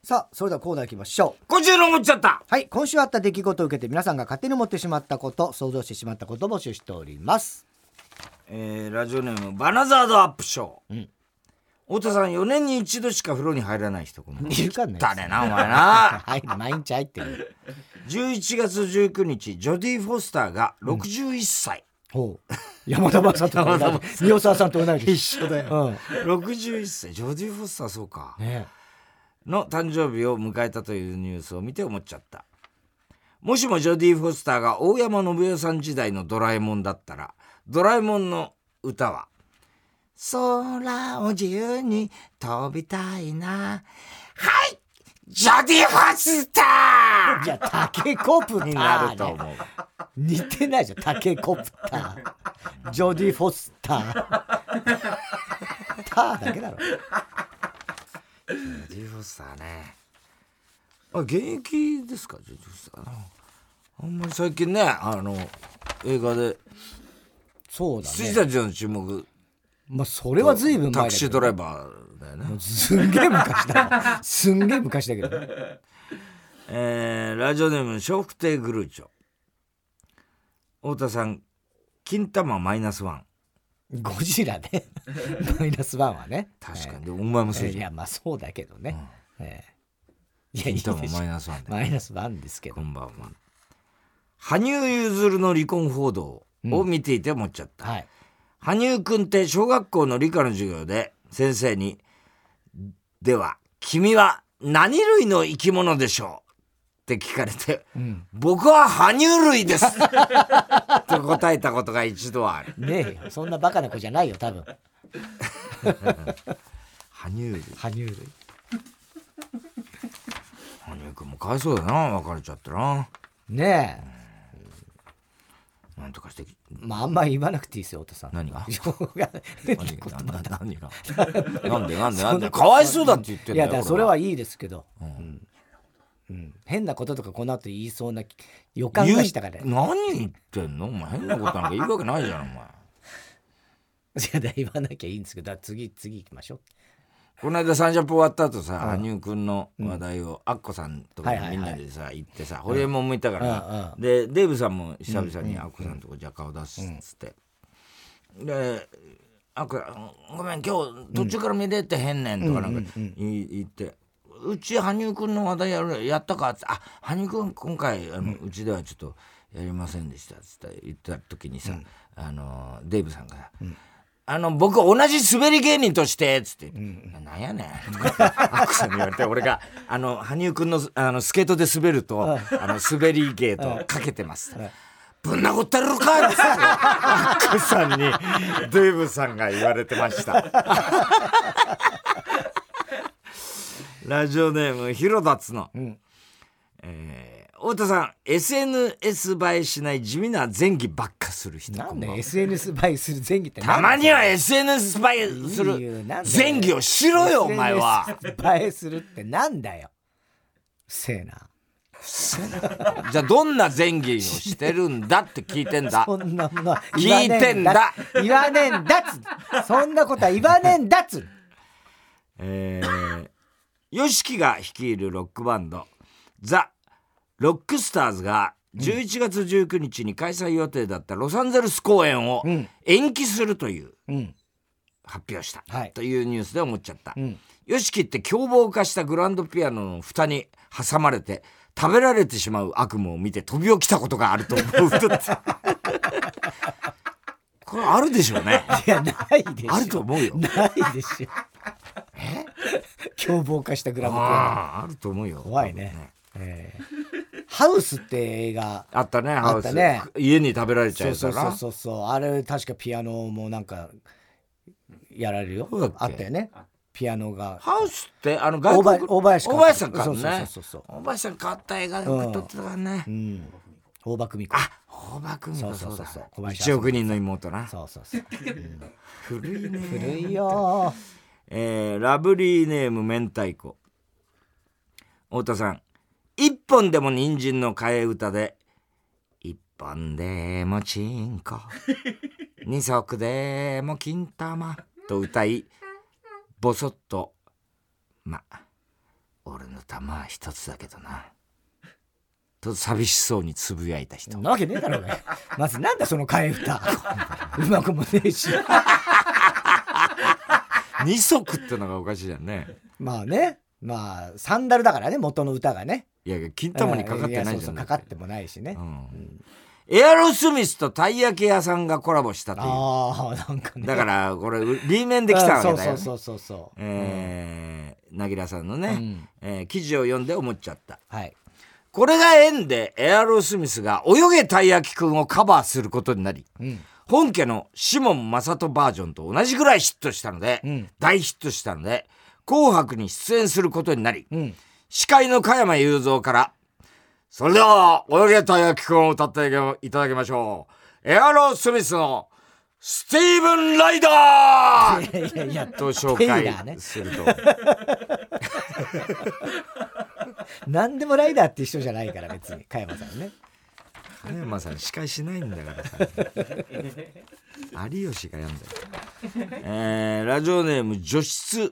さあそれではコーナー行きましょう。 今週の思っちゃった。 はい、今週あった出来事を受けて皆さんが勝手に思ってしまったこと、想像してしまったことを募集しております。 ラジオネームバナザードアップショー、太田さん、4年に一度しか風呂に入らない人いるかね。 だねなお前なはい、毎日入ってる。 11月19日ジョディ・フォスターが61歳、 ほう、山田正人と同じ、宮沢さんと同じ一緒だよ、61歳ジョディ・フォスター、そうか、 ね、 の誕生日を迎えたというニュースを見て思っちゃった。もしもジョディ・フォスターが大山信代さん時代のドラえもんだったら、ドラえもんの歌は空を自由に飛びたいな、はいジョディ・フォスター、 じゃあタケコプター、ね、 になると思う。 似てないじゃん、タケコプタージョディ・フォスターターだけだろ。 ジョディ・フォスターね、現役ですかジョディ・フォスター。あんまり最近ね、映画でそうだね、 羊たちの注目、 まあそれは随分前だけど、 タクシードライバーだよね。 すんげえ昔だすんげえ昔だけど、 ラジオネーム笑福亭グルーチョ。太田さん、金玉マイナスワン。 ゴジラねマイナスワンはね、 確かに、でお前もそうじゃん。 いやまあそうだけどね、いや金いいでしょ、 玉マイナスワンで、 マイナスワンですけど、 こんばんは。羽生結弦の離婚報道を見ていて思っちゃった、 はい、 羽生くんって小学校の理科の授業で先生に、では君は何類の生き物でしょうって聞かれて、僕は羽生類ですと答えたことが一度はある。 ねえよ、そんなバカな子じゃないよ多分羽生類、 羽生類、 羽生くんもかわいそうだな、別れちゃったな。 ねえ、 なんとかして、 まああんまり言わなくていいですよ太田さん。 何がしょうが何がなんでかわいそうだって言ってんだよ。 いやだからそれはいいですけど、変なこととかこの後言いそうな予感がしたから。 何言ってんのお前、変なことなんか言うわけないじゃんお前。 いやだ言わなきゃいいんですけど、次行きましょう。 この間サンジャポ終わった後さ、羽生くんの話題をアッコさんとかみんなでさ行ってさ、ホリエモンもいたからで、デーブさんも久々にアッコさんとこじゃ顔出すっつって、でアッコごめん今日途中から見れてへんねんとかなんか言って、うち羽生くんの話題やったかって、あ羽生くん今回うちではちょっとやりませんでしたっつって言った時にさ、デーブさんが僕同じ滑り芸人としてつって、なんやねんアッコさんに言われて、俺が羽生くんのスケートで滑ると滑り芸とかけてますぶん殴ったるかっつってアッコさんにデーブさんが言われてましたラジオネームひろだつの、太田さん SNS 映えしない地味な前戯ばっかする人。 なんで SNS 映えする前戯ってたまには SNS 映えする前戯をしろよお前は。 SNS 映えするってなんだよ、せえなじゃあどんな前戯をしてるんだって聞いてんだ。 そんなものは聞いてんだ言わねえんだっつそんなことは言わねえんだっつヨシキが率いるロックバンドザ・ロックスターズが11月19日に開催予定だったロサンゼルス公演を延期するという発表したというニュースで思っちゃった。ヨシキって凶暴化したグランドピアノの蓋に挟まれて食べられてしまう悪夢を見て飛び起きたことがあると思うとこれあるでしょうね。 いやないでしょ、 あると思うよ。 ないでしょ凶暴化したグランドピアノ、 あると思うよ。 怖いね。ハウスって映画あったね。 あったね。 家に食べられちゃうからな。 そうあれ確かピアノもなんかやられるよ。あったよねピアノが。 ハウスって大林さんかね。大林さん買った映画で撮ってたからね。 大場久美子。 大場久美子、そうだ。 1 億人の妹な。 そう古いね。 古いよ。 ラブリーネーム明太子。太田さん、一本でも人参の替え歌で一本でもチンコ二足でも金玉と歌いボソッと俺のまあ一つだけどなと寂しそうにつぶやいた人。 なわけねえだろうがまずなんだその替え歌うまくもねえし二足ってのがおかしいじゃんね。 まあね、まあサンダルだからね、元の歌がね。 いや金玉にかかってないじゃん。 そうかかってもないしね、 エアロスミスとたい焼き屋さんがコラボしたという。 なんかね、 だからこれ B 面で来たわけだよね。 そうなぎらさんのね、記事を読んで思っちゃった、 はい、 これが縁でエアロスミスが泳げたい焼きくんをカバーすることになり、本家のシモン・マサトバージョンと同じぐらいヒットしたので、大ヒットしたので紅白に出演することになり、司会の加山雄三からそれでは泳げたい焼きくんを歌っていただきましょう。エアロスミスのスティーブン・ライダーと紹介すると、 何でもライダーっていう人じゃないから別に加山さんね。 加山さん司会しないんだからさ有吉がやんだよ。ラジオネーム除湿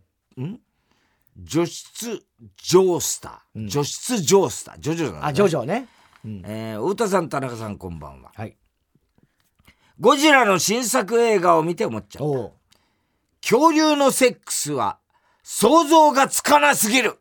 ジョースター、除湿ジョースター、ジョジョだね。 ジョジョね。 太田さん、田中さん、こんばんは。 はい。 ゴジラの新作映画を見て思っちゃった。恐竜のセックスは想像がつかなすぎる。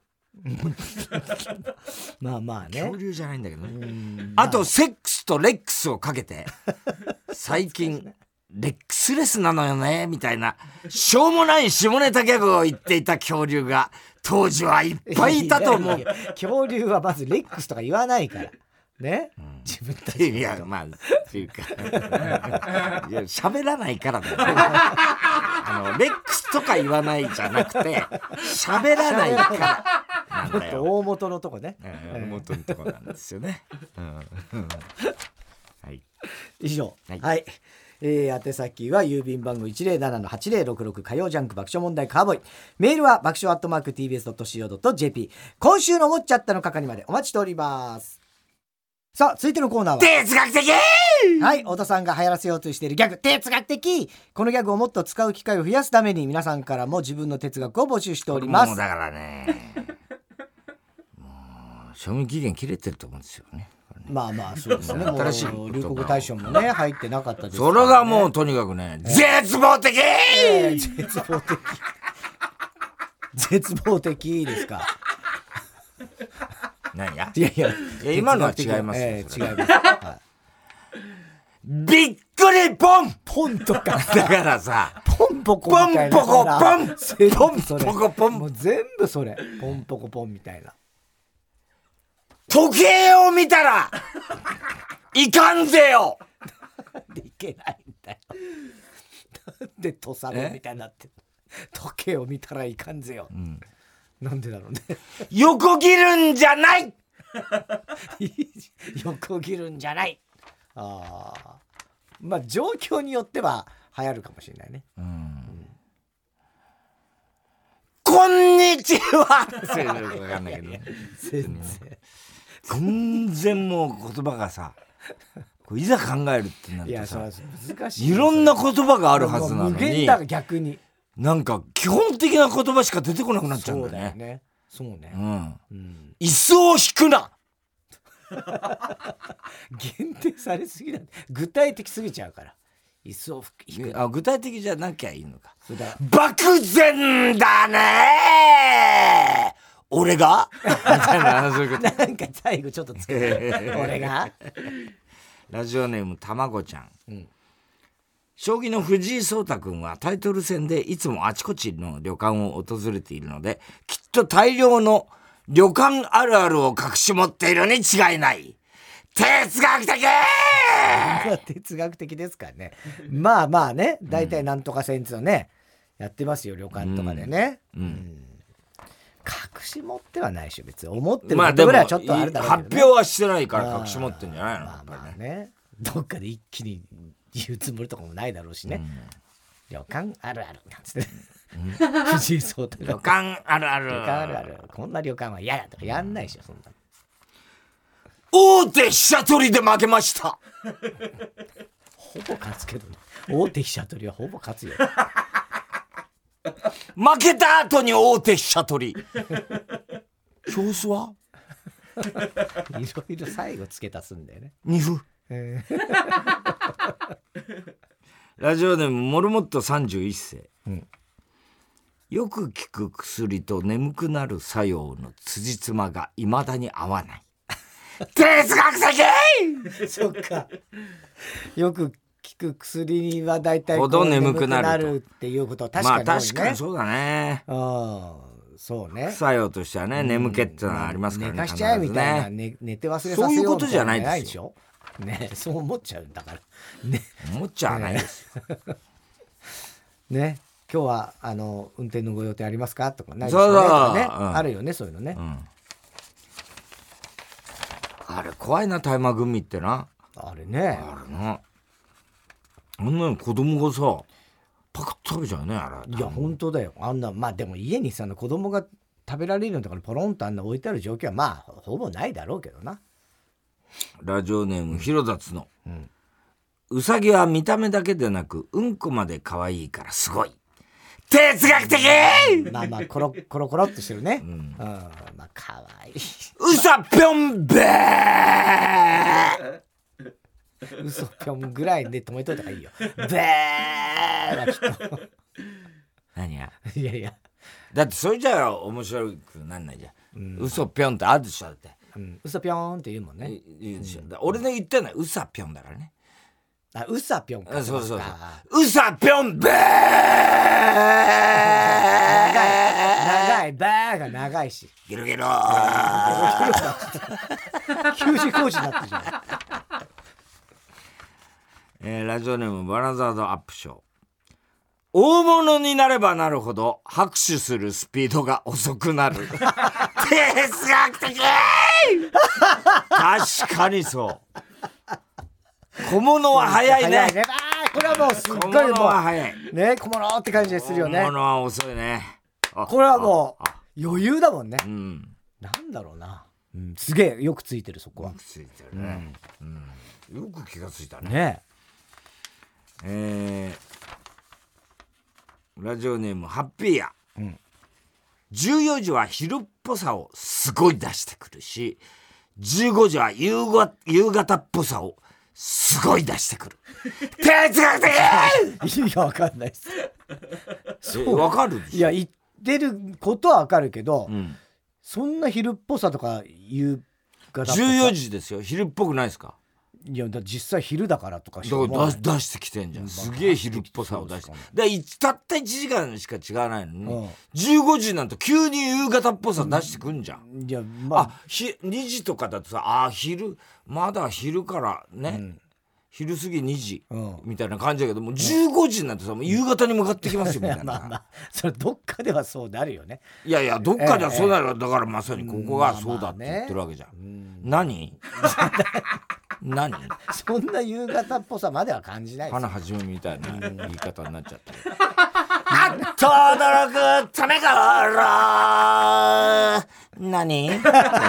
まあまあね。 恐竜じゃないんだけどね。あとセックスとレックスをかけて最近レックスレスなのよねみたいなしょうもない下ネタギャグを言っていた恐竜が当時はいっぱいいたと思う。 恐竜はまずレックスとか言わないからね、自分たち。 いやまあっていうかいや喋らないからだよレックスとか言わないじゃなくて喋らないからなんだよ。 大元のとこね、 大元のとこなんですよね。はい、 以上、はい、宛先は郵便番号 107-8066 火曜ジャンク爆笑問題カーボーイ。メールは爆笑@tbs.co.jp。 今週の思っちゃったの係までお待ちしております。さあ続いてのコーナーは哲学的。 はい、太田さんが流行らせようとしているギャグ、哲学的。このギャグをもっと使う機会を増やすために皆さんからも自分の哲学を募集しております。 もうだからねもう賞味期限切れてると思うんですよね。 まあまあそうですね。 新しい流行語大賞もね入ってなかったですからね。それがもうとにかくね、絶望的、 絶望的絶望的ですか。 何やいや今のは違いますよ、 違います、はい、 びっくりポンポンとかだからさポンポコみたいな、 ポンポコポンポンポコポン、 もう全部それポンポコポンみたいな。 時計を見たらいかんぜよでいけないんだよ。なんで土佐弁みたいになって時計を見たらいかんぜよ、なんでだろうね。 横切るんじゃない横切るんじゃない。まあ状況によっては流行るかもしれないね。 こんにちは分かんないけど全然もう言葉がさいざ考えるってなるとさ、 難しい。 いろんな言葉があるはずなのに、 無限だ逆になんか基本的な言葉しか出てこなくなっちゃうんだよね。 そうね。 椅子を引くな限定されすぎだ。具体的すぎちゃうから。椅子を引く。 具体的じゃなきゃいいのか。漠然だね俺がみたいなそういうことなんか最後ちょっとつけて俺がラジオネームたまごちゃん、将棋の藤井聡太君はタイトル戦でいつもあちこちの旅館を訪れているので、きっと大量の旅館あるあるを隠し持っているに違いない。哲学的哲学的ですからね。まあまあね、大体なんとか戦のね、やってますよ旅館とかでね。隠し持ってはないでしょ別に。思ってることぐらいはちょっとあるだろうけどね。 発表はしてないから隠し持ってんじゃないの。 まあね、どっかで一気に言うつもりとかもないだろうしね。旅館あるあるなんつって藤井聡太旅館あるある旅館あるあるこんな旅館は嫌だとかやんないでしょそんな。 大手飛車取りで負けましたほぼ勝つけどね。大手飛車取りはほぼ勝つよ負けた後に大手飛車取り票数いろいろ最後付け足すんだよね。 2分、ラジオネームモルモット31世、よく効く薬と眠くなる作用の辻褄がいまだに合わない哲学的そっか。よく効く薬は大体ほど眠くなるっていうことは確かに多いね。 確かにそうだね。 そうね。 副作用としてはね、眠気ってのはありますからね。 寝かしちゃえみたいな、寝て忘れさせようみたいな。 そういうことじゃないですよ。 ね、そう思っちゃうんだから。ね、 思っちゃわないですよ。 ね、今日は運転のご予定ありますかとかないですかね。あるよね、そういうのね。 あれ怖いな、大麻グミってな。 あれね。 あれな。あんなの子供がさパクッと食べちゃうね、あれ。 いや本当だよ。あんな、まあでも家にさ子供が食べられるんだからポロンとあんな置いてある状況はまあほぼないだろうけどな。 ラジオネームヒロダツの、うさぎは見た目だけでなくうんこまで可愛いからすごい哲学的まあまあコロコロっとしてるね。まあ可愛い。 うさぴょんべー嘘ぴょんぐらいで止めといた方がいいよ。べーはちょっと何や。 いやいや。 だってそれじゃあ面白くなんないじゃん。嘘ぴょんってあるでしょ、だって。 嘘ぴょんって言うもんね。 言うでしょ。俺の言ってんのはうさぴょんだからね。 あ、うさぴょんか。 そうそうそう。うさぴょんべー長い。ばーが長いし。 ゲロゲロー。 9時工事になってるじゃん。 ラジオネームバナザードアップショー。大物になればなるほど拍手するスピードが遅くなる哲学的確かにそう小物は早いね。 早いね。これはもうすっごいもう小物は早いね。小物って感じでするよね。 小物は遅いね。 これはもう余裕だもんね。 なんだろうな、すげえよくついてるそこは。 よくついてるね、よく気がついたね。ラジオネームハッピーや、14時は昼っぽさをすごい出してくるし15時は夕方っぽさをすごい出してくる哲学的意味が分かんないです分かるでしょ。 いや言ってることは分かるけど、そんな昼っぽさとか夕方っぽさ 14時ですよ。昼っぽくないですか。 いや実際昼だからとかしか出してきてんじゃん。すげえ昼っぽさを出してたった1時間しか違わないのに、15時なんて急に夕方っぽさ出してくんじゃん。 いや 2時とかだとさまだ昼からね、昼過ぎ2時みたいな感じだけども15時になってさもう夕方に向かってきますよみたいなそれどっかではそうなるよね。 いやどっかではそうなる、だからまさにここがそうだって言ってるわけじゃん。何そんな夕方っぽさまでは感じないです。 花はじめみたいな言い方になっちゃってるあっと驚くためから何や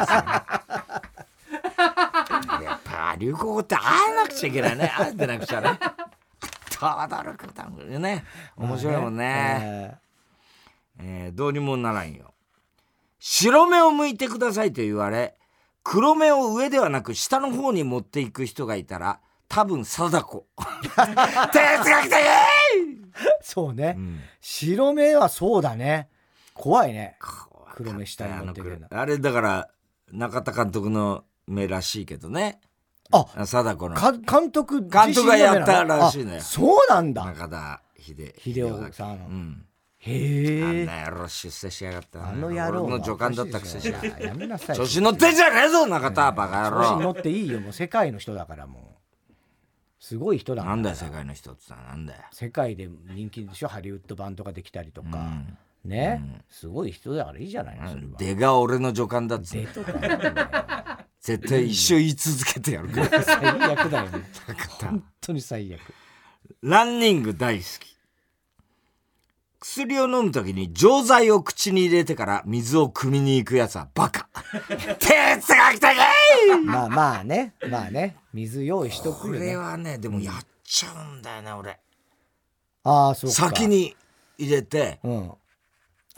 っぱ流行語ってあわなくちゃいけないね。あってなくちゃねと驚くためね面白いもんね。どうにもならんよ。白目を向いてくださいと言われ黒目を上ではなく下の方に持っていく人がいたら多分貞子哲学的そうね、白目はそうだね。怖いね。黒目下に持ってくるあれだから中田監督の目らしいけどね。貞子の監督がやったらしいのよ。 そうなんだ。 中田秀夫さん、 へえ。あんな野郎出世しやがった。 あの野郎の助監だったくせしやめなさい。 調子乗ってんじゃねえぞ中田バカ野郎。 調子乗っていいよ。もう世界の人だからもうすごい人だから。 なんだよ世界の人ってなんだよ。 世界で人気でしょ。ハリウッド版とかできたりとか、ね、すごい人だからいいじゃないの。 出が俺の助監だっつって絶対一生言い続けてやるから最悪だよね本当に最悪。 ランニング大好き。薬を飲むときに錠剤を口に入れてから水を汲みに行くやつはバカ哲学的まあね水用意しとくよね。 これはねでもやっちゃうんだよね、俺。 そうか。 先に入れて、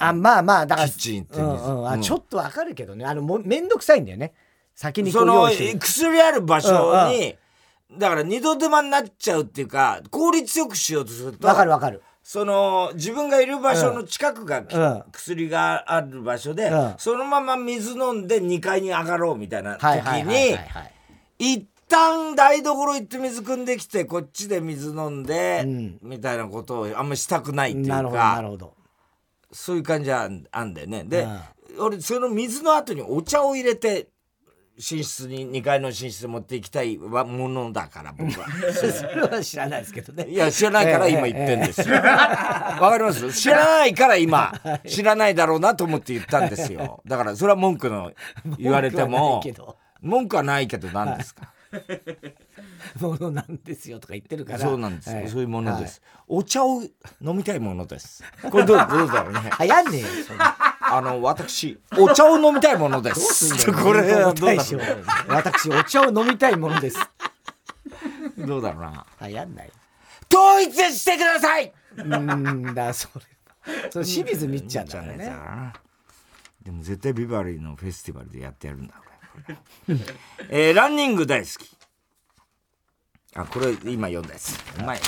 まあまあだからキッチン行ってちょっとわかるけどね、めんどくさいんだよね、先にその薬ある場所に、だから二度手間になっちゃうっていうか、効率よくしようとすると、 わかるわかる、 その自分がいる場所の近くが、薬がある場所で、そのまま水飲んで2階に上がろうみたいな時に、一旦台所行って水汲んできてこっちで水飲んで、みたいなことをあんまりしたくないっていうか、 なるほどそういう感じはあんだよね。で、俺その水の後にお茶を入れて寝室に2階の寝室で持っていきたいものだから僕はそれは知らないですけどね。 いや知らないから今言ってんですよ。わかります？知らないから今知らないだろうなと思って言ったんですよ。だからそれは文句の言われても文句はないけど何ですかものなんですよとか言ってるから。 そうなんですよ、そういうものです、お茶を飲みたいものです。これどうだろうね。 流行んねえよ私お茶を飲みたいものです。これはどうだろう。 私お茶を飲みたいものです。 どうだろうな。 流行んない。 統一してください。 だそれ清水みっちゃんだからね。 でも絶対ビバリーのフェスティバルでやってやるんだ俺。ランニング大好き。これ今読んだやつうまい。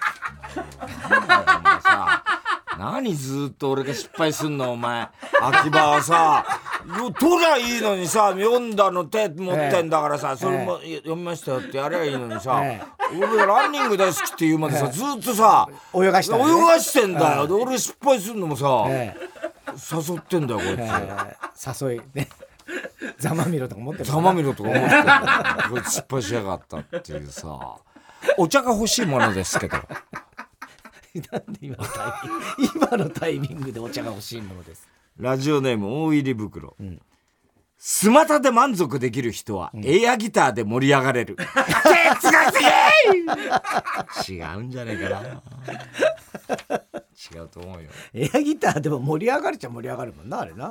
お前さ、何ずっと俺が失敗すんのお前。秋葉はさ取りゃいいのにさ、読んだの手持ってんだからさ、それも読みましたよってやればいいのにさ、俺ランニング大好きって言うまでさ、ずっとさ泳がしてんだよ。で俺失敗するのもさ、誘ってんだよこいつ。誘いね。ざまみろとか持ってる。 ざまみろとか思ってる。こいつ失敗しやがったっていうさ。お茶が欲しいものですけど。 なんで今のタイミングでお茶が欲しいものです。 ラジオネーム大入り袋。スマタで満足できる人は、エアギターで盛り上がれる。哲学的違うんじゃねえかな。違うと思うよ。 エアギターでも盛り上がるっちゃ盛り上がるもんなあれな。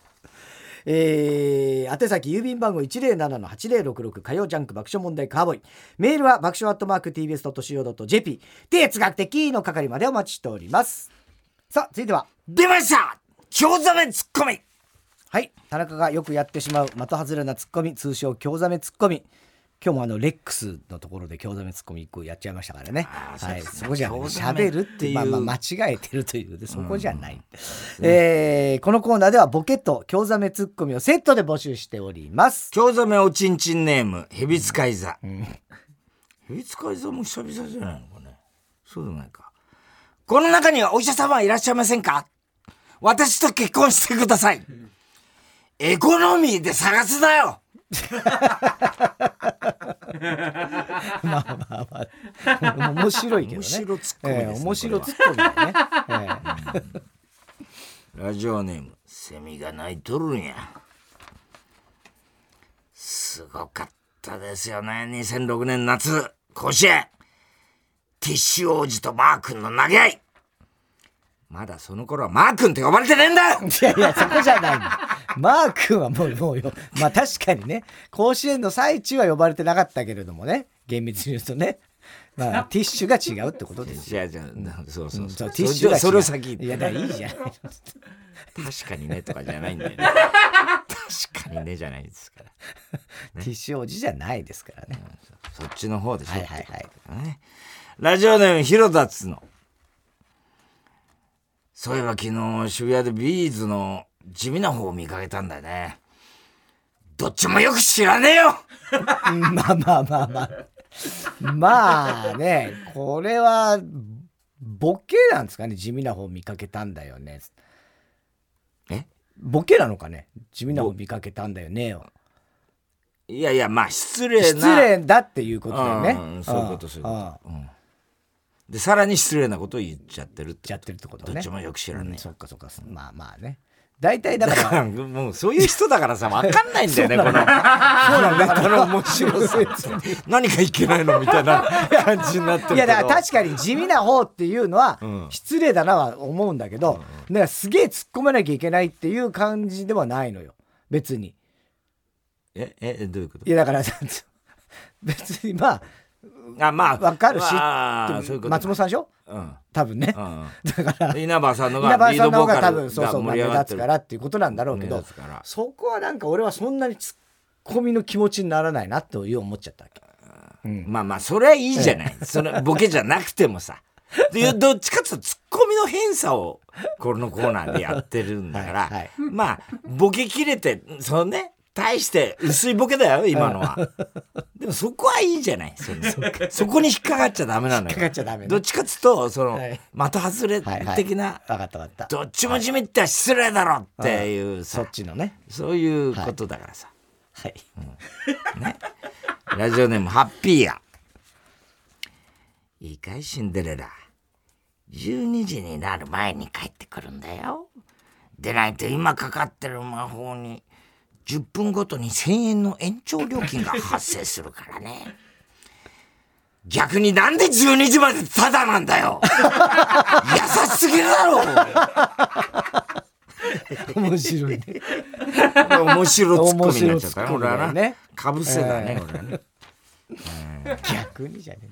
宛先郵便番号 107-8066 火曜ジャンク爆笑問題カーボーイ。メールは爆笑@tbs.co.jp 哲学的の係までお待ちしております。さあ続いては出ました、興ざめツッコミ。 はい、田中がよくやってしまう的外れなツッコミ、通称興ざめツッコミ。今日もレックスのところで興ざめツッコミ1個やっちゃいましたからね。はい、そこじゃない、喋るっていう、間違えてるというで、そこじゃない。このコーナーではボケと興ざめツッコミをセットで募集しております。 興ざめおちんちんネームヘビ使い座。ヘビ使い座も久々じゃないのかね。そうでもないか。この中にはお医者様はいらっしゃいませんか？私と結婚してください。エコノミーで探すなよ。 まあ面白いけどね。面白ツッコミですね。面白ツッコミだね。 ラジオネームセミが鳴いとるんや。すごかったですよね。2006年夏甲子園、ティッシュ王子とマー君の投げ合い。まだその頃はマー君って呼ばれてねえんだよ。 いやそこじゃないんだ。マー君はもうよ、まあ確かにね、甲子園の最中は呼ばれてなかったけれどもね、厳密に言うとね、まあティッシュが違うってことですよ。 そうティッシュが違う。 それを先いやだいいじゃない。 確かにねとかじゃないんだよね。確かにねじゃないですから、 ティッシュ王子じゃないですからね。 そっちの方でしょ。 はいはいはい。 ラジオネームヒロダツの。そういえば昨日渋谷でビーズの地味な方を見かけたんだよね。どっちもよく知らねえよ。まあね、これはボケなんですかね。地味な方を見かけたんだよね。ボケなのかね。地味な方見かけたんだよねよ。いやまあ失礼だっていうことだよね。 そういうこと。でさらに失礼なことを言っちゃってるってことね。どっちもよく知らねえ。 そっかまあね。大体だからもうそういう人だからさ分かんないんだよね。このネタの面白さ何がいけないのみたいな感じになってるけど。いやだから確かに地味な方っていうのは失礼だなは思うんだけど、だからすげえ突っ込まなきゃいけないっていう感じではないのよ別に。 どういうこと？ いやだから別にまあまあ分かるし、 そういうこと松本さんでしょ、多分ね、 だから稲葉さんのがリードボーカル多分そう目立つからっていうことなんだろうけど、そこはなんか俺はそんなにツッコミの気持ちにならないなという思っちゃったわけ。 まあそれはいいじゃない、そのボケじゃなくてもさどっちかっていうとツッコミの偏差をこのコーナーでやってるんだからまあボケ切れてそのね大して薄いボケだよ今のはでもそこはいいじゃない、そこに引っかかっちゃダメなのよ。 引っかかっちゃダメ、ね、 どっちかっつうとその、的外れ的な、 分かったどっちも地味って失礼だろっていうさ、 そっちのねそういうことだからさ、ね、ラジオネームハッピーや。いいかいシンデレラ、12時になる前に帰ってくるんだよ。でないと今かかってる魔法に10分ごとに1000円の延長料金が発生するからね。逆になんで12時までタダなんだよ。優しすぎるだろ。 面白いね。 面白ツッコミになっちゃったね。俺はね。 かぶせだね、俺はね。 逆にじゃね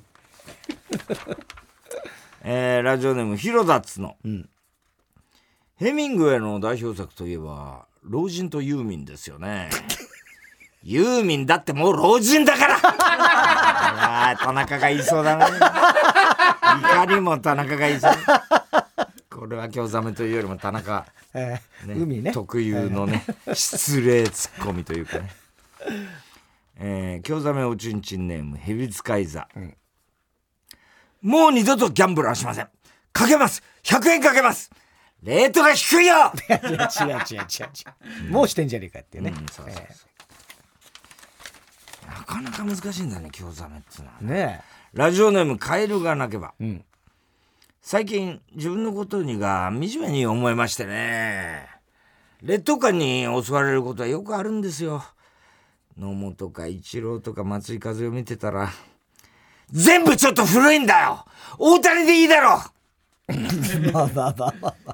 ラジオネームヒロダッツの、ヘミングウェイの代表作といえば老人とユーミンですよね。ユーミンだってもう老人だから田中が言いそうだな。いかにも田中が言いそう。これは興ざめというよりも田中、 海ね特有のね、失礼ツッコミというかね。興ざめおちんちんネームヘビ使い座、もう二度とギャンブルはしません。かけます、100円かけます。レートが低いよ。 違うもうしてんじゃねえかっていうね、 そうなかなか難しいんだね興ざめっつうのはね。 ラジオネームカエルが鳴けば、最近自分のことにが惨めに思いましてね。劣等感に襲われることはよくあるんですよ。野茂とかイチローとか松井風を見てたら全部ちょっと古いんだよ。大谷でいいだろ。 まあ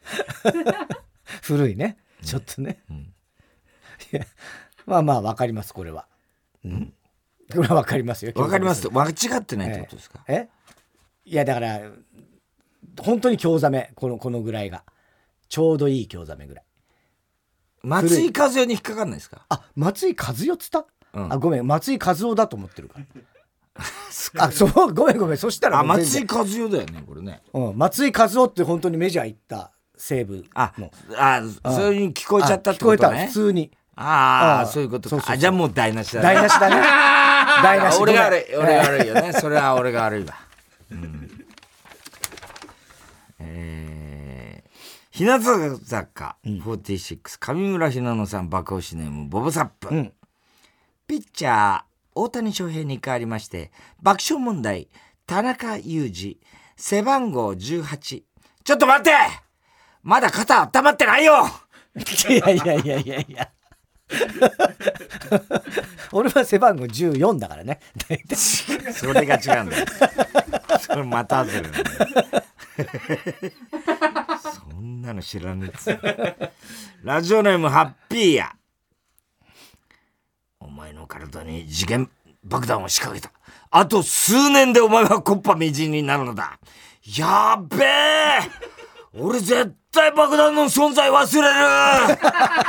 古いねちょっとね、いやまあ分かります。これは、これは分かりますよ。 分かりますと間違ってないってことですか。 いやだから本当に興ざめこのぐらいがちょうどいい興ざめぐらい。 松井風に引っかかんないですか。 松井風代っつった、ごめん松井風夫だと思ってるからそうごめんそしたら松井風代だよねこれね、 松井風夫って本当にメジャー行った西武のそういうに聞こえちゃったってことね。 聞こえた普通に。 そういうことか。じゃあもう台無しだね。 台無しだね。台無し。 俺が悪いよね。それは俺が悪いわ。日向坂46、上村ひなのさん爆押しネームボブサップ、ピッチャー大谷翔平に変わりまして爆笑問題田中裕二背番号18。ちょっと待って、まだ肩温まってないよ。 いや俺は背番号14だからね。 それが違うんだよ。それまたずる。そんなの知らねえっつ。ラジオネームハッピーや。お前の体に時限爆弾を仕掛けた。あと数年でお前はコッパみじんになるのだ。やっべえ、俺絶対爆弾の存在忘れる。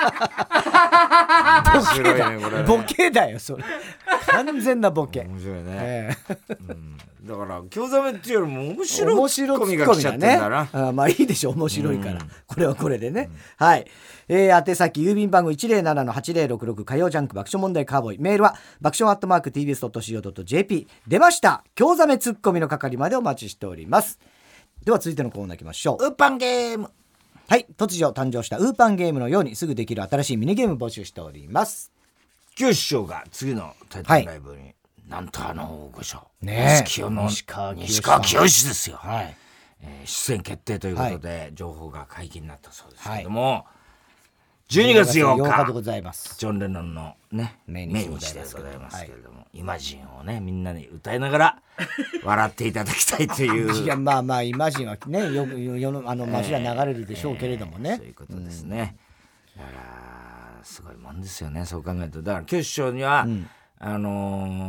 面白いねこれね。 ボケだよそれ。完全なボケ。 面白いね。だから興ざめっていうよりも面白いツッコミが来ちゃってんだな。 まあいいでしょ面白いから、これはこれでね。はい。宛先郵便番号 107-8066 火曜ジャンク爆笑問題カーボーイ。メールは爆笑@tbs.co.jp。出ました興ざめツッコミの係までお待ちしております。では続いてのコーナー行きましょう。 ウーパンゲーム。 はい、突如誕生したウーパンゲームのようにすぐできる新しいミニゲーム募集しております。 清志師匠が次のタイトルライブに、なんと大御所西川きよしですよ、出演決定ということで、情報が解禁になったそうですけども、12月8日でございます。 ジョン・レノンのね命日でございますけれども、イマジンをねみんなに歌いながら笑っていただきたいといういやまあイマジンはね世の街は流れるでしょうけれどもね、 そういうことですね。だからすごいもんですよねそう考えると。だから清志師匠には、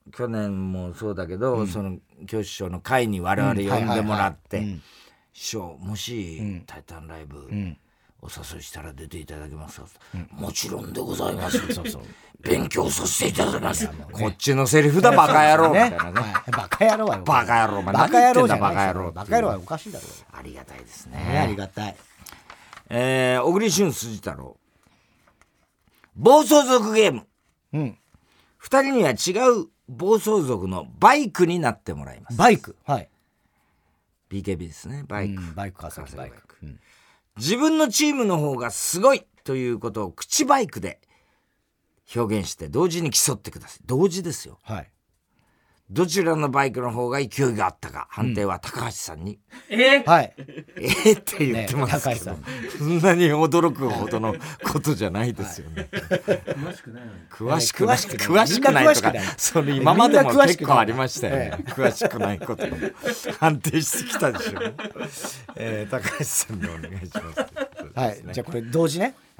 去年もそうだけど、その教師匠の会に我々呼んでもらって、師匠もしタイタンライブお誘いしたら出ていただけますか、もちろんでございます。勉強させていただきます。こっちのセリフだバカ野郎みたいなね。 バカ野郎はバカ野郎、 バカ野郎じゃない。 バカ野郎、 バカ野郎はおかしいだろう。 ありがたいですね。 ありがたい。 小栗旬筋太郎暴走族ゲーム。2人には違う暴走族のバイクになってもらいます。 バイク、はい。 BKB ですね。バイク。 バイク、川崎バイク。 自分のチームの方がすごいということを口バイクで表現して同時に競ってください。同時ですよ。 はい。 どちらのバイクの方が勢いがあったか判定は高橋さんに。 はい。 って言ってますけど、そんなに驚くほどのことじゃないですよね。詳しくないとか、それ今までも結構ありましたよね。詳しくないこと判定してきたでしょ。高橋さんにお願いします。 はい。じゃあこれ同時ね。はい。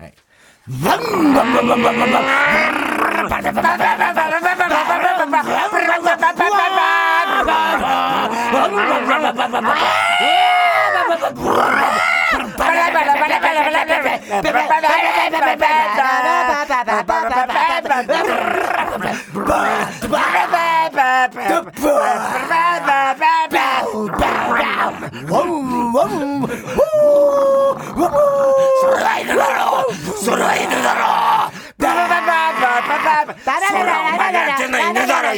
それは犬だろそれはお前がやってんの犬だろ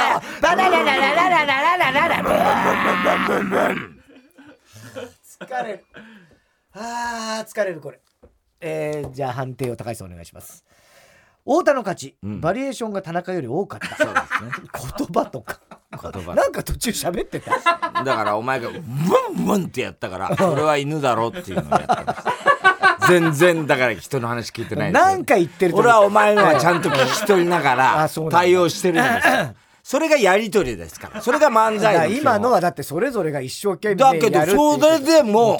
疲れる。疲れるこれ。じゃあ判定を高橋さんお願いします。太田の勝ち、バリエーションが田中より多かった。そうですね。言葉とかなんか途中喋ってた。 だからお前がブンブンってやったからそれは犬だろっていうのをやったんです。全然だから人の話聞いてないですよ。 なんか言ってる。 俺はお前のはちゃんと聞き取りながら対応してるんですよ。それがやり取りですから。それが漫才の。 今のはだってそれぞれが一生懸命やるっていう。 だけどそれでも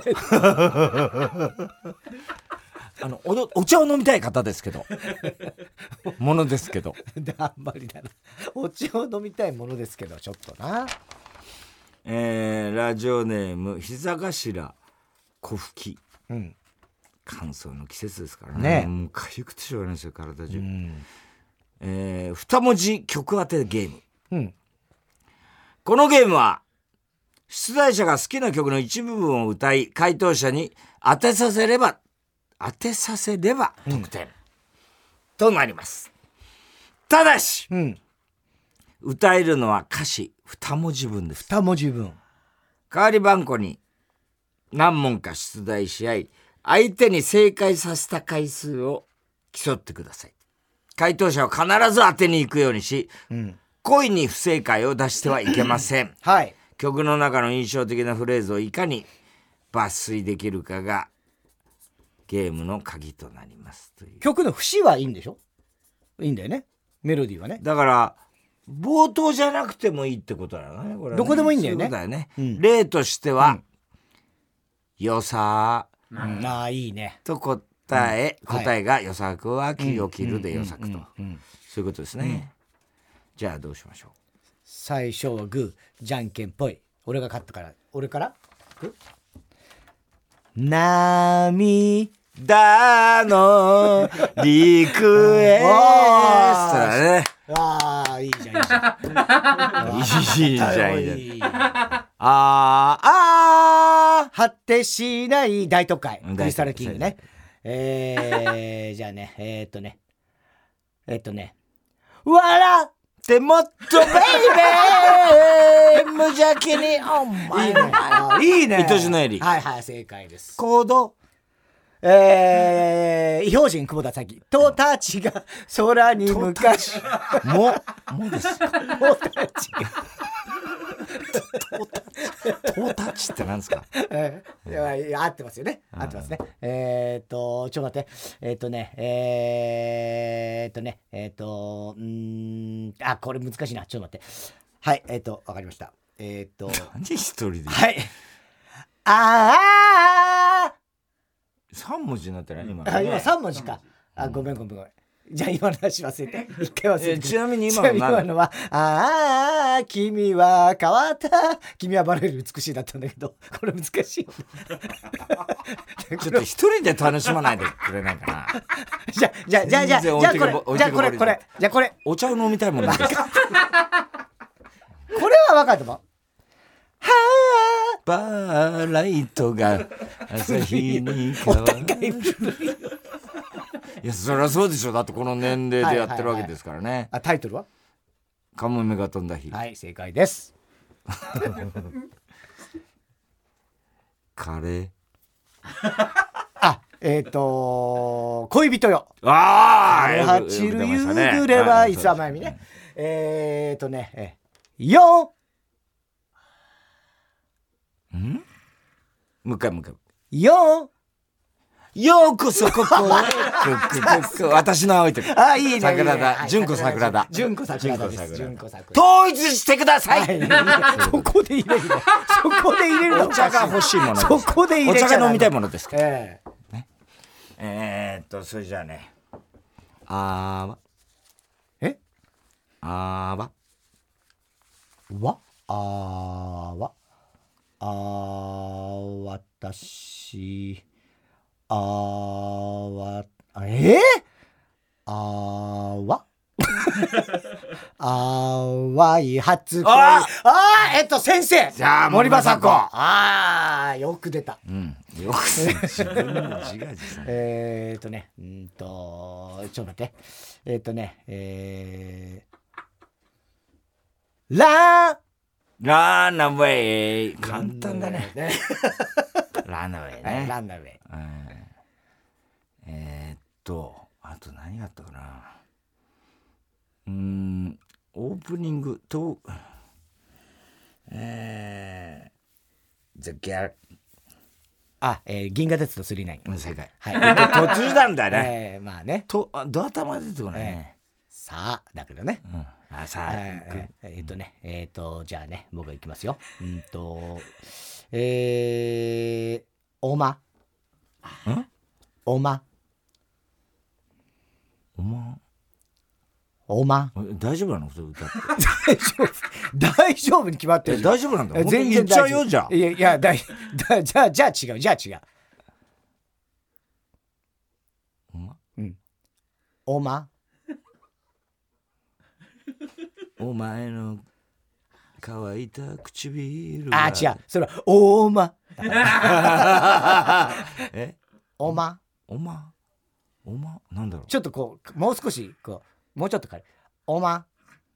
お茶を飲みたい方ですけどものですけどあんまりだな。お茶を飲みたいものですけどちょっとな。 ラジオネーム膝頭小吹き。乾燥の季節ですからね。もうかゆくてしょうがないですよ体中。二文字曲当てゲーム。このゲームは出題者が好きな曲の一部分を歌い回答者に当てさせれば得点、となります。ただし、歌えるのは歌詞二文字分です。 二文字分。 代わり番号に何問か出題し合い相手に正解させた回数を競ってください。回答者は必ず当てに行くようにし、故意に不正解を出してはいけません。 はい。 曲の中の印象的なフレーズをいかに抜粋できるかがゲームの鍵となりますという。 曲の節はいいんでしょ。いいんだよね。メロディーはね。 だから冒頭じゃなくてもいいってことだよね。これねどこでもいいんだよね。 そういうことだよね。例としては、よさいいねと答えがよさくは気を切るでよさくと、そういうことですね。じゃあどうしましょう。 最初はグーじゃんけんぽい。俺が勝ったから俺から涙のリクエストだね。いいじゃんいいじゃんいいじゃん。果てしない大都会クリスタルキングね。じゃあね笑ってもっとベイベー無邪気にお前いいね愛しのエリ。 はいはい正解です。 コード異表人久保田早紀とたちが空に向かしもですか。 とたちがトータッチってなんですか。 合ってますよね。合ってますね。ちょっと待って。これ難しいな。ちょっと待って。はい。わかりました。 何一人で。 はい。 3文字になってない今。 今3文字か。ごめん。 じゃあ今の話忘れて。一回忘れて。 ちなみに今のは、ああ、君は変わった。君はバレる美しいだったんだけど、これ難しいよね。 ちょっと一人で楽しまないでくれないかな。 じゃあこれ。 お茶を飲みたいもんなんですか。 これは分かったもん。はバーライトが朝日に変わる。いや、そりゃそうでしょ。だってこの年齢でやってるわけですからね。 タイトルはカモメが飛んだ日。 はい、正解です。 カレー。 恋人よ。 ああ、 走る夕暮れは磯山由美ね。よもう一回。 ようこそここへ。私の青い鳥。 あ、いいね。 桜田。純子桜田。 純子桜田です。 統一してください。 そこで入れるの。そこで入れるの。 お茶が欲しいものです。 そこで入れる。 お茶が飲みたいものですか。それじゃあね。わ。 私。淡い初恋。先生。 じゃあ、 森昌子。よく出た。 よく自分の自画自賛。 ちょっと待って。ランナウェイ。簡単だね。ランナウェイね。 ランナウェイ。 あと何があったかな。オープニングと、The Girl。 銀河鉄道999。 正解。 はい。 途中なんだね。 まあね。 ドア玉出てこないね。 さあ、だけどね。 さあ。 じゃあね、僕が行きますよ。おま。 大丈夫なの？それ歌って。 大丈夫に決まってる。 大丈夫なんだ。 全然言っちゃうよ、じゃあ。 いや、じゃあ違う。 お前の乾いた唇が。違う。それは、おま。 なんだろう。 ちょっとこう、もう少し、もうちょっと軽い。おま。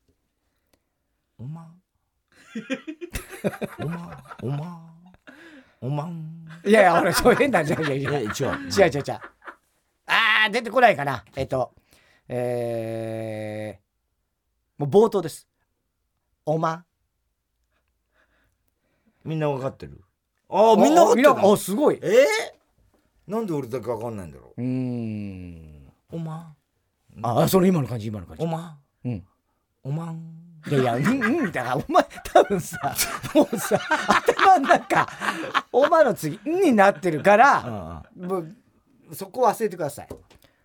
いや、俺、そう変なんじゃん。違う。出てこないかな。もう冒頭です。 みんなわかってる？みんなわかってる。 すごい。 なんで俺だけわかんないんだろう。 その今の感じ。いや、だからお前多分さ、もうさ、頭の中、おまの次、になってるから、もうそこ忘れてください。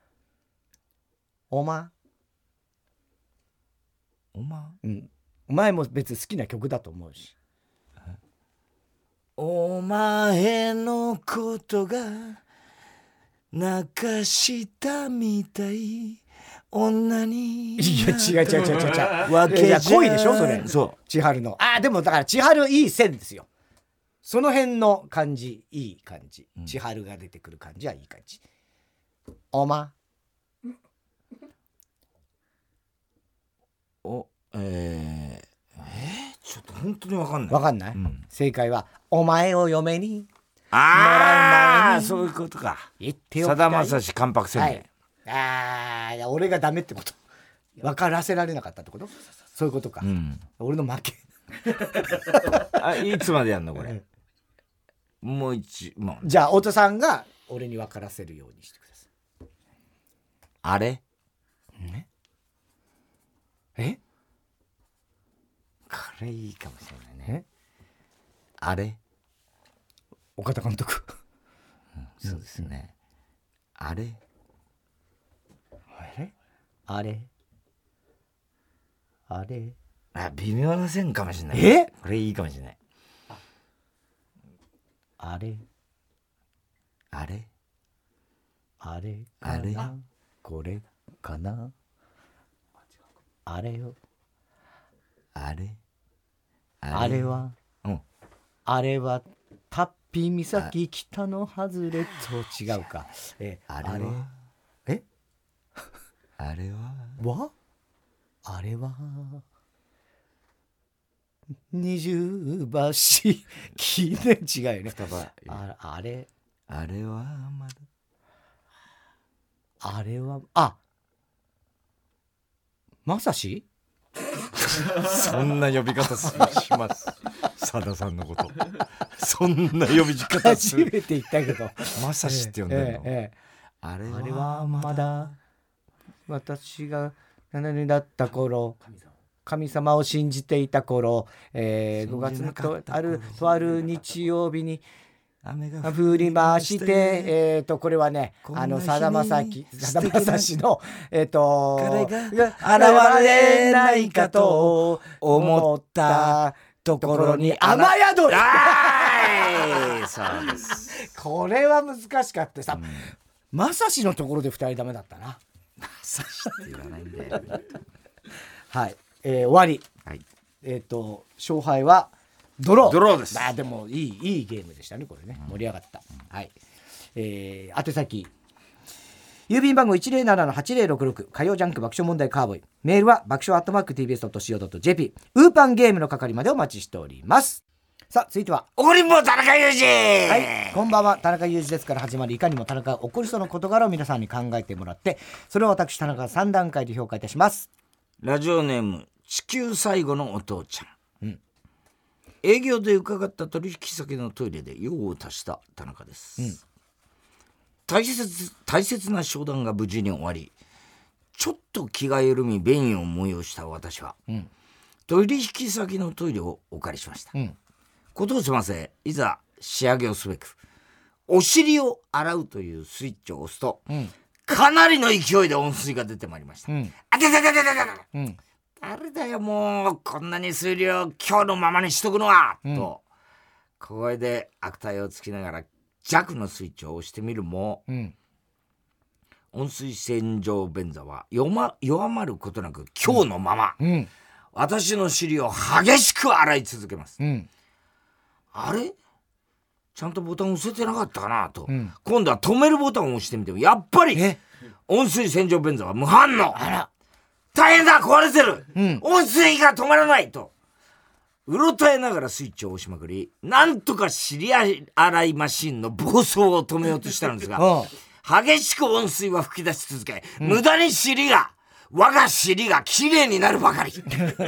お前も別に好きな曲だと思うし。 お前のことが泣かしたみたい女に。 いや、違う。 わけじゃ恋でしょそれ。 そう。 千春の。でもだから千春いい線ですよ。その辺の感じ、いい感じ。千春が出てくる感じはいい感じ。ちょっと本当にわかんない。 わかんない？正解は、お前を嫁に。 そういうことか。 言っておきたい。 さだまさし関白宣言。 俺がダメってこと。分からせられなかったってこと？そういうことか。俺の負け。 いつまでやんのこれ。もう一問。 じゃあ太田さんが俺に分からせるようにしてください。 あれ？これいいかもしれないね。あれ？ 岡田監督。 そうですね。あれ？ あれ微妙な線かもしれない。これいいかもしれない。 あれかなこれかなあれよあれは、あれはタッピー岬北の外れと違うか。 あれは二重橋記念違うよね。あれはまだまさしそんな呼び方しますさださんのことそんな呼び方する初めて言ったけどまさしって呼んでるの、 あれはまだ私が7年だった頃神様を信じていた頃、5月のとある日曜日に雨が降りましてこれはねさだまさしの彼が現れないかと思ったところに雨宿りそうですこれは難しかったさ、まさしのところで2人ダメだったな。 まさしって言わないんだよはい、終わり、 はい、 勝敗はドローです。 でもいいゲームでしたねこれね、盛り上がった、はい。宛先郵便番号 107-8066 火曜ジャンク爆笑問題カーボーイ。メールは爆笑@tbs.co.jp ウーパンゲームの係までお待ちしております。さあ続いては怒りんぼ田中裕二。 はい、こんばんは。田中裕二ですから始まるいかにも田中が起こりそうな事柄を皆さんに考えてもらって、それを私田中が3段階で評価いたします。 ラジオネーム地球最後のお父ちゃん、営業で伺った取引先のトイレで用を足した田中です、大切な商談が無事に終わり、ちょっと気が緩み便意を催した私は、取引先のトイレをお借りしました、ことを済ませ、いざ仕上げをすべくお尻を洗うというスイッチを押すと、かなりの勢いで温水が出てまいりました、あてててててて、誰だよもうこんなに水量今日のままにしとくのは、と小声で悪態をつきながら弱のスイッチを押してみるも、温水洗浄便座は弱まることなく今日のまま、私の尻を激しく洗い続けます、あれちゃんとボタン押せてなかったかなと、今度は止めるボタンを押してみてもやっぱり温水洗浄便座は無反応。大変だ壊れてる、温水が止まらないとうろたえながらスイッチを押しまくり、なんとか尻洗いマシンの暴走を止めようとしたんですが激しく温水は噴き出し続け、無駄に我が尻がきれいになるばかり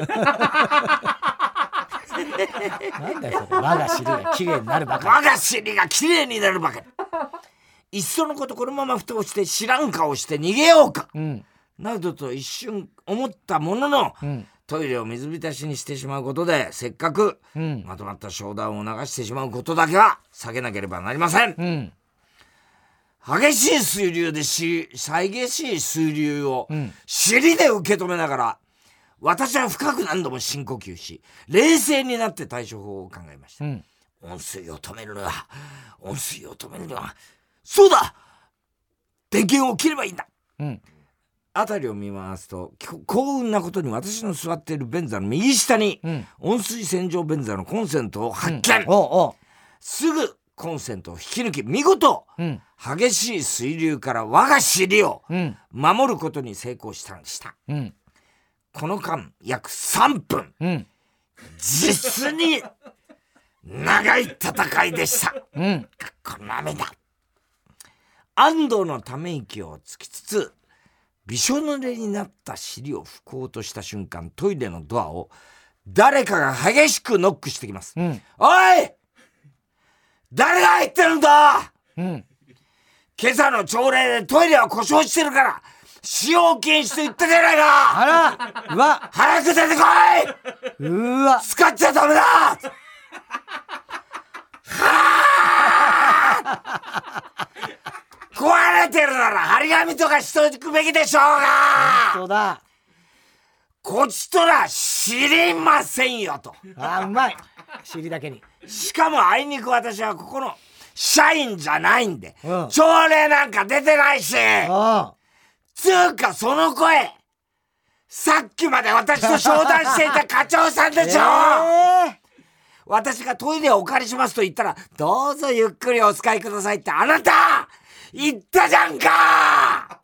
なんだよそれ、我が尻がきれいになるばかり。 我が尻がきれいになるばかりいっそのことこのまま蓋をして知らん顔して逃げようか、などと一瞬思ったものの、トイレを水浸しにしてしまうことでせっかくまとまった商談を流してしまうことだけは避けなければなりません、激しい水流で激しい水流を尻で受け止めながら、私は深く何度も深呼吸し冷静になって対処法を考えました、温水を止めるのはそうだ電源を切ればいいんだ、辺りを見回すと幸運なことに私の座っている便座の右下に、温水洗浄便座のコンセントを発見、すぐコンセントを引き抜き見事、激しい水流から我が尻を守ることに成功したんでした、この間約3分、実に長い戦いでした、涙安堵のため息をつきつつびしょ濡れになった尻を拭こうとした瞬間、トイレのドアを誰かが激しくノックしてきます、おい誰が入ってるんだ、今朝の朝礼でトイレは故障してるから使用禁止と言ったじゃないか。 あら、うわ、 早く出てこい。 うわ、 使っちゃダメだ。はあこ壊れてるなら張り紙とかしとくべきでしょうが。 本当だ。 こちとら知りませんよと。 うまい。尻だけに。 しかもあいにく私はここの社員じゃないんで、 うん、 朝礼なんか出てないし、つうかその声、さっきまで私と商談していた課長さんでしょ、私がトイレをお借りしますと言ったら、どうぞゆっくりお使いくださいってあなた言ったじゃんか。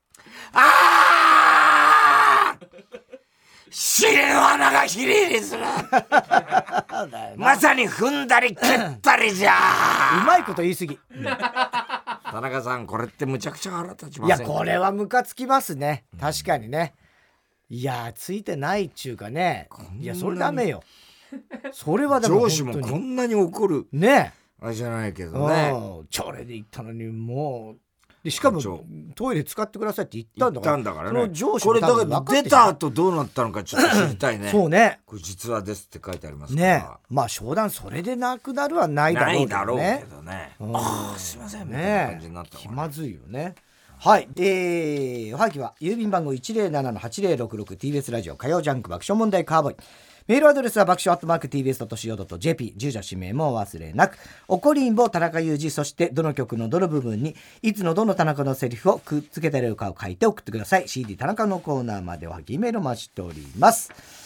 尻の穴がヒリヒリする。まさに踏んだり蹴ったりじゃ。 うまいこと言い過ぎ。 田中さん、これってむちゃくちゃ腹立ちませんか？ いや、これはムカつきますね。確かにね。いや、ついてないっちゅうかね。いや、それダメよ。それはでも上司もこんなに怒るね。 あれじゃないけどね。 朝礼で行ったのにもう。でしかもトイレ使ってくださいって言ったんだからね。 これだから出た後どうなったのかちょっと知りたいね。 そうね。 これ実はですって書いてありますからね。 まあ商談それでなくなるはないだろうけどね。 ないだろうけどね。すいませんみたいな感じになった。 気まずいよね。はい。おはぎは郵便番号 107-8066 TBS ラジオ火曜ジャンク爆笑問題カーボーイ。メールアドレスは爆笑@tbs.co.jp。 住所氏名もお忘れなく。おこりんぼ田中裕二、そしてどの曲のどの部分にいつのどの田中のセリフをくっつけてるかを書いて送ってください。 CD 田中のコーナーまでおはぎメールを待ちしております。